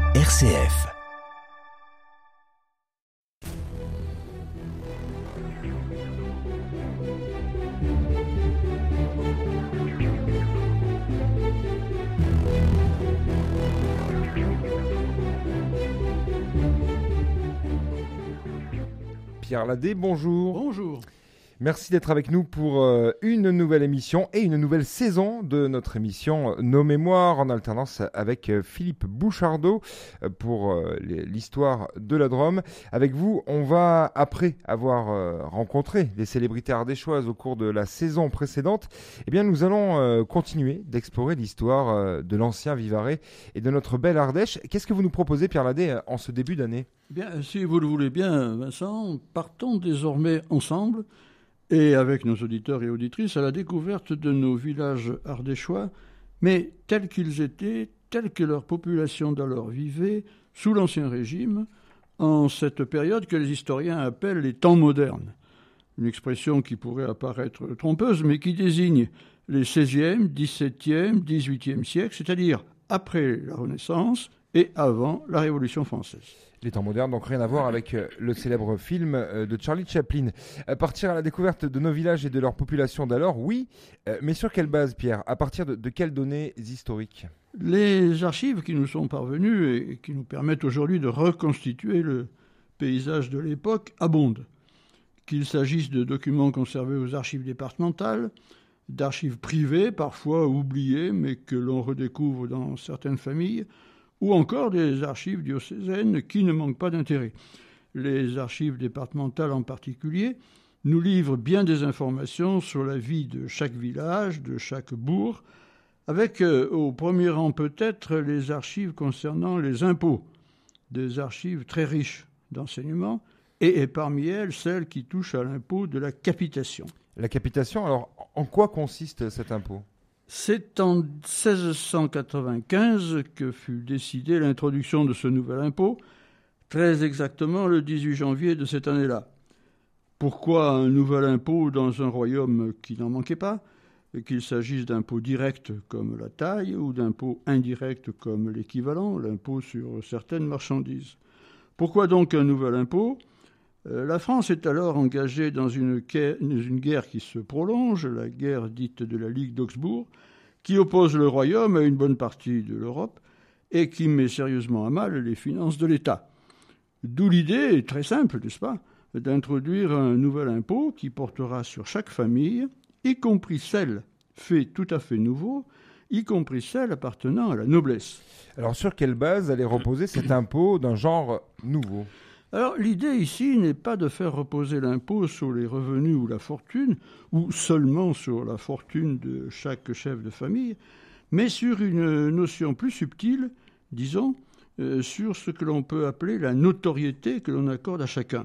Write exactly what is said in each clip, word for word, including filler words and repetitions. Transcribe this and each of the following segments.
R C F. Pierre Ladé, bonjour. Bonjour. Merci d'être avec nous pour euh, une nouvelle émission et une nouvelle saison de notre émission euh, Nos Mémoires, en alternance avec euh, Philippe Bouchardot euh, pour euh, l'histoire de la Drôme. Avec vous, on va, après avoir euh, rencontré des célébrités ardéchoises au cours de la saison précédente, eh bien, nous allons euh, continuer d'explorer l'histoire euh, de l'ancien Vivarais et de notre belle Ardèche. Qu'est-ce que vous nous proposez, Pierre Ladé, en ce début d'année ? Bien, si vous le voulez bien, Vincent, partons désormais ensemble et avec nos auditeurs et auditrices à la découverte de nos villages ardéchois, mais tels qu'ils étaient, tels que leur population d'alors vivait, sous l'Ancien Régime, en cette période que les historiens appellent les temps modernes. Une expression qui pourrait apparaître trompeuse, mais qui désigne les seizième, dix-septième, dix-huitième siècles, c'est-à-dire après la Renaissance et avant la Révolution française. Les temps modernes, donc rien à voir avec euh, le célèbre film euh, de Charlie Chaplin. À partir à la découverte de nos villages et de leur population d'alors, oui, euh, mais sur quelle base, Pierre ? À partir de, de quelles données historiques ? Les archives qui nous sont parvenues et qui nous permettent aujourd'hui de reconstituer le paysage de l'époque abondent. Qu'il s'agisse de documents conservés aux archives départementales, d'archives privées, parfois oubliées, mais que l'on redécouvre dans certaines familles, ou encore des archives diocésaines qui ne manquent pas d'intérêt. Les archives départementales en particulier nous livrent bien des informations sur la vie de chaque village, de chaque bourg, avec euh, au premier rang peut-être les archives concernant les impôts, des archives très riches d'enseignements, et, et parmi elles celles qui touchent à l'impôt de la capitation. La capitation, alors en quoi consiste cet impôt ? C'est en seize cent quatre-vingt-quinze que fut décidée l'introduction de ce nouvel impôt, très exactement le dix-huit janvier de cette année-là. Pourquoi un nouvel impôt dans un royaume qui n'en manquait pas, qu'il s'agisse d'impôts directs comme la taille ou d'impôts indirects comme l'équivalent, l'impôt sur certaines marchandises. Pourquoi donc un nouvel impôt ? La France est alors engagée dans une guerre, une guerre qui se prolonge, la guerre dite de la Ligue d'Augsbourg, qui oppose le royaume à une bonne partie de l'Europe et qui met sérieusement à mal les finances de l'État. D'où l'idée, très simple, n'est-ce pas, d'introduire un nouvel impôt qui portera sur chaque famille, y compris celle fait tout à fait nouveau, y compris celle appartenant à la noblesse. Alors sur quelle base allait reposer cet impôt d'un genre nouveau ? Alors, l'idée ici n'est pas de faire reposer l'impôt sur les revenus ou la fortune, ou seulement sur la fortune de chaque chef de famille, mais sur une notion plus subtile, disons, euh, sur ce que l'on peut appeler la notoriété que l'on accorde à chacun.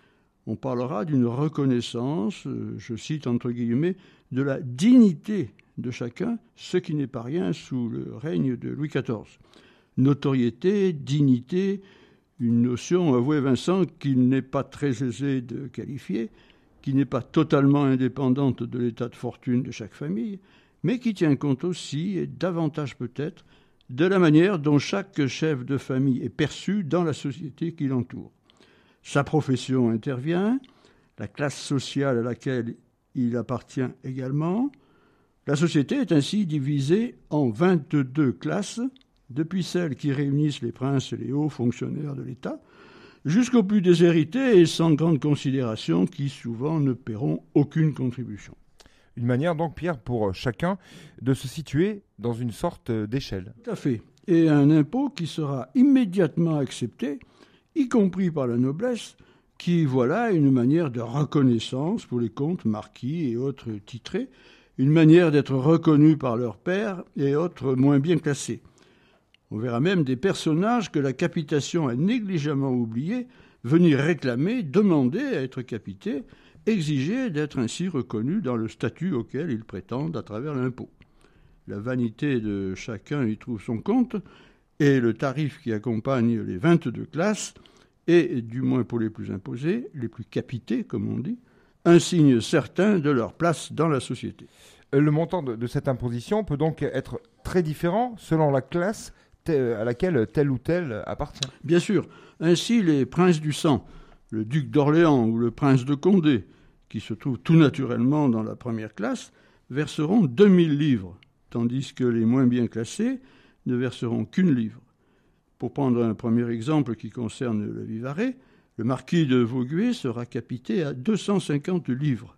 On parlera d'une reconnaissance, euh, je cite entre guillemets, de la dignité de chacun, ce qui n'est pas rien sous le règne de Louis quatorze. Notoriété, dignité, une notion, avouez Vincent, qu'il n'est pas très aisé de qualifier, qui n'est pas totalement indépendante de l'état de fortune de chaque famille, mais qui tient compte aussi, et davantage peut-être, de la manière dont chaque chef de famille est perçu dans la société qui l'entoure. Sa profession intervient, la classe sociale à laquelle il appartient également. La société est ainsi divisée en vingt-deux classes, depuis celles qui réunissent les princes et les hauts fonctionnaires de l'État, jusqu'aux plus déshérités et sans grande considération qui souvent ne paieront aucune contribution. Une manière donc, Pierre, pour chacun de se situer dans une sorte d'échelle. Tout à fait. Et un impôt qui sera immédiatement accepté, y compris par la noblesse, qui voit là une manière de reconnaissance pour les comtes, marquis et autres titrés, une manière d'être reconnus par leurs pairs et autres moins bien classés. On verra même des personnages que la capitation a négligemment oubliés venir réclamer, demander à être capités, exiger d'être ainsi reconnus dans le statut auquel ils prétendent à travers l'impôt. La vanité de chacun y trouve son compte, et le tarif qui accompagne les vingt-deux classes est, du moins pour les plus imposés, les plus capités, comme on dit, un signe certain de leur place dans la société. Le montant de, de cette imposition peut donc être très différent selon la classe te- à laquelle tel ou tel appartient. Bien sûr. Ainsi, les princes du sang, le duc d'Orléans ou le prince de Condé, qui se trouvent tout naturellement dans la première classe, verseront deux mille livres, tandis que les moins bien classés ne verseront qu'une livre. Pour prendre un premier exemple qui concerne le Vivarais, le marquis de Vaugué sera capité à deux cent cinquante livres.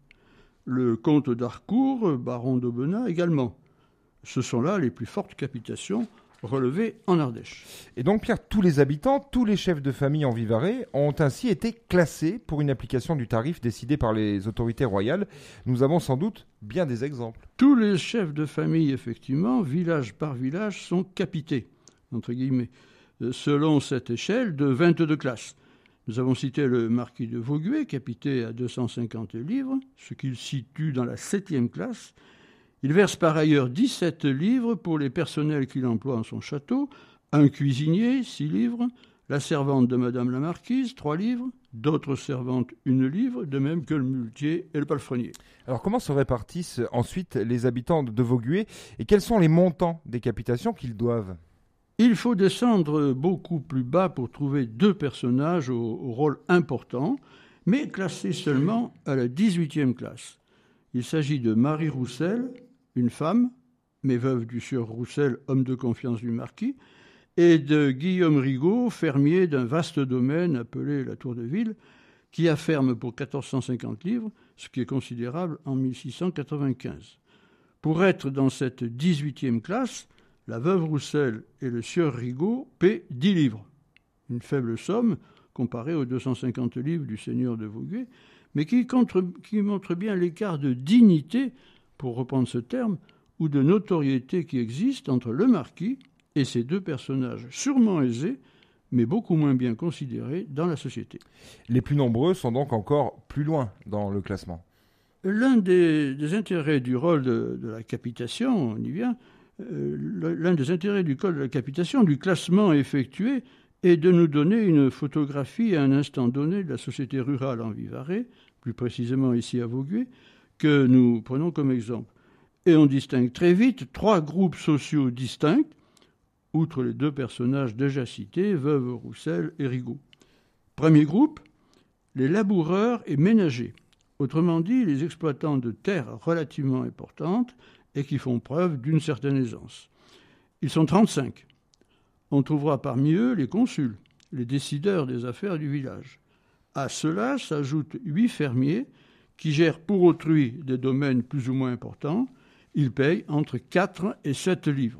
Le comte d'Harcourt, baron d'Aubenas également. Ce sont là les plus fortes capitations relevées en Ardèche. Et donc, Pierre, tous les habitants, tous les chefs de famille en Vivarais ont ainsi été classés pour une application du tarif décidé par les autorités royales. Nous avons sans doute bien des exemples. Tous les chefs de famille, effectivement, village par village, sont capités, entre guillemets, selon cette échelle de vingt-deux classes. Nous avons cité le marquis de Vaugué, capité à deux cent cinquante livres, ce qui le situe dans la septième classe. Il verse par ailleurs dix-sept livres pour les personnels qu'il emploie en son château, un cuisinier, six livres, la servante de Madame la Marquise, trois livres, d'autres servantes, une livre, de même que le muletier et le palefrenier. Alors, comment se répartissent ensuite les habitants de Vaugué et quels sont les montants des capitations qu'ils doivent ? Il faut descendre beaucoup plus bas pour trouver deux personnages au, au rôle important, mais classés seulement à la dix-huitième classe. Il s'agit de Marie Roussel, une femme, mais veuve du sieur Roussel, homme de confiance du marquis, et de Guillaume Rigaud, fermier d'un vaste domaine appelé la Tour de Ville, qui a ferme pour quatorze cent cinquante livres, ce qui est considérable en mille six cent quatre-vingt-quinze. Pour être dans cette dix-huitième classe, la veuve Roussel et le sieur Rigaud paient dix livres, une faible somme comparée aux deux cent cinquante livres du seigneur de Vaugué, mais qui, contre, qui montre bien l'écart de dignité, pour reprendre ce terme, ou de notoriété qui existe entre le marquis et ces deux personnages sûrement aisés, mais beaucoup moins bien considérés dans la société. Les plus nombreux sont donc encore plus loin dans le classement. L'un des, des intérêts du rôle de, de la capitation, on y vient, euh, l'un des intérêts du code de la capitation, du classement effectué, est de nous donner une photographie à un instant donné de la société rurale en Vivarais, plus précisément ici à Vaugué, que nous prenons comme exemple. Et on distingue très vite trois groupes sociaux distincts, outre les deux personnages déjà cités, veuve Roussel et Rigaud. Premier groupe, les laboureurs et ménagers, autrement dit les exploitants de terres relativement importantes et qui font preuve d'une certaine aisance. Ils sont trente-cinq. On trouvera parmi eux les consuls, les décideurs des affaires du village. À cela s'ajoutent huit fermiers qui gèrent pour autrui des domaines plus ou moins importants. Ils payent entre quatre et sept livres.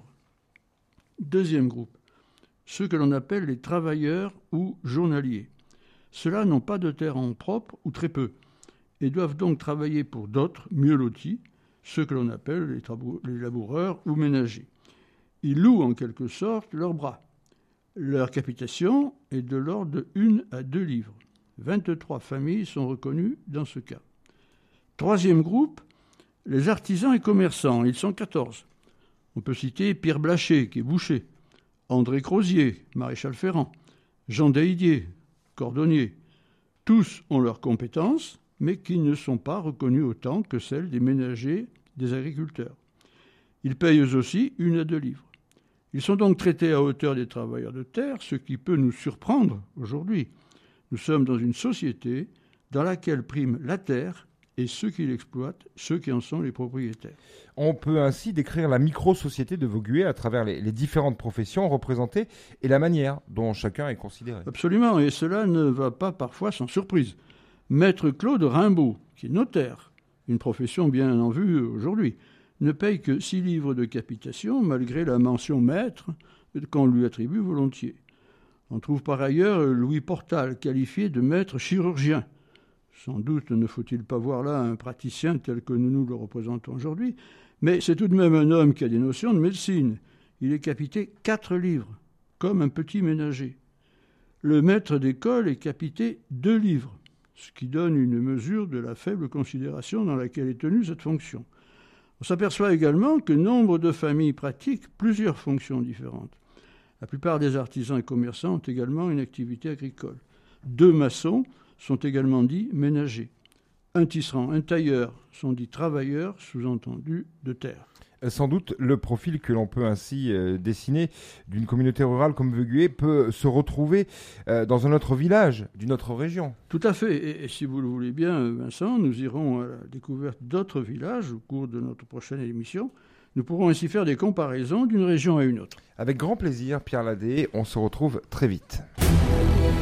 Deuxième groupe, ceux que l'on appelle les travailleurs ou journaliers. Ceux-là n'ont pas de terre en propre ou très peu et doivent donc travailler pour d'autres mieux lotis, ceux que l'on appelle les, trabou- les laboureurs ou ménagers. Ils louent en quelque sorte leurs bras. Leur capitation est de l'ordre de un à deux livres. vingt-trois familles sont reconnues dans ce cas. Troisième groupe, les artisans et commerçants. Ils sont quatorze. On peut citer Pierre Blaché, qui est boucher, André Crozier, maréchal ferrant, Jean Daidier, cordonnier. Tous ont leurs compétences, mais qui ne sont pas reconnus autant que celles des ménagers, des agriculteurs. Ils payent eux aussi une à deux livres. Ils sont donc traités à hauteur des travailleurs de terre, ce qui peut nous surprendre aujourd'hui. Nous sommes dans une société dans laquelle prime la terre et ceux qui l'exploitent, ceux qui en sont les propriétaires. On peut ainsi décrire la micro-société de Vaugué à travers les, les différentes professions représentées et la manière dont chacun est considéré. Absolument, et cela ne va pas parfois sans surprise. Maître Claude Rimbaud, qui est notaire, une profession bien en vue aujourd'hui, ne paye que six livres de capitation malgré la mention maître qu'on lui attribue volontiers. On trouve par ailleurs Louis Portal, qualifié de maître chirurgien. Sans doute ne faut-il pas voir là un praticien tel que nous nous le représentons aujourd'hui, mais c'est tout de même un homme qui a des notions de médecine. Il est capité quatre livres, comme un petit ménager. Le maître d'école est capité deux livres, ce qui donne une mesure de la faible considération dans laquelle est tenue cette fonction. On s'aperçoit également que nombre de familles pratiquent plusieurs fonctions différentes. La plupart des artisans et commerçants ont également une activité agricole. Deux maçons sont également dits ménagers. Un tisserand, un tailleur sont dits travailleurs, sous-entendu de terre. Sans doute, le profil que l'on peut ainsi euh, dessiner d'une communauté rurale comme Viguier peut se retrouver euh, dans un autre village d'une autre région. Tout à fait. Et, et si vous le voulez bien, Vincent, nous irons à la découverte d'autres villages au cours de notre prochaine émission. Nous pourrons ainsi faire des comparaisons d'une région à une autre. Avec grand plaisir, Pierre Ladé. On se retrouve très vite.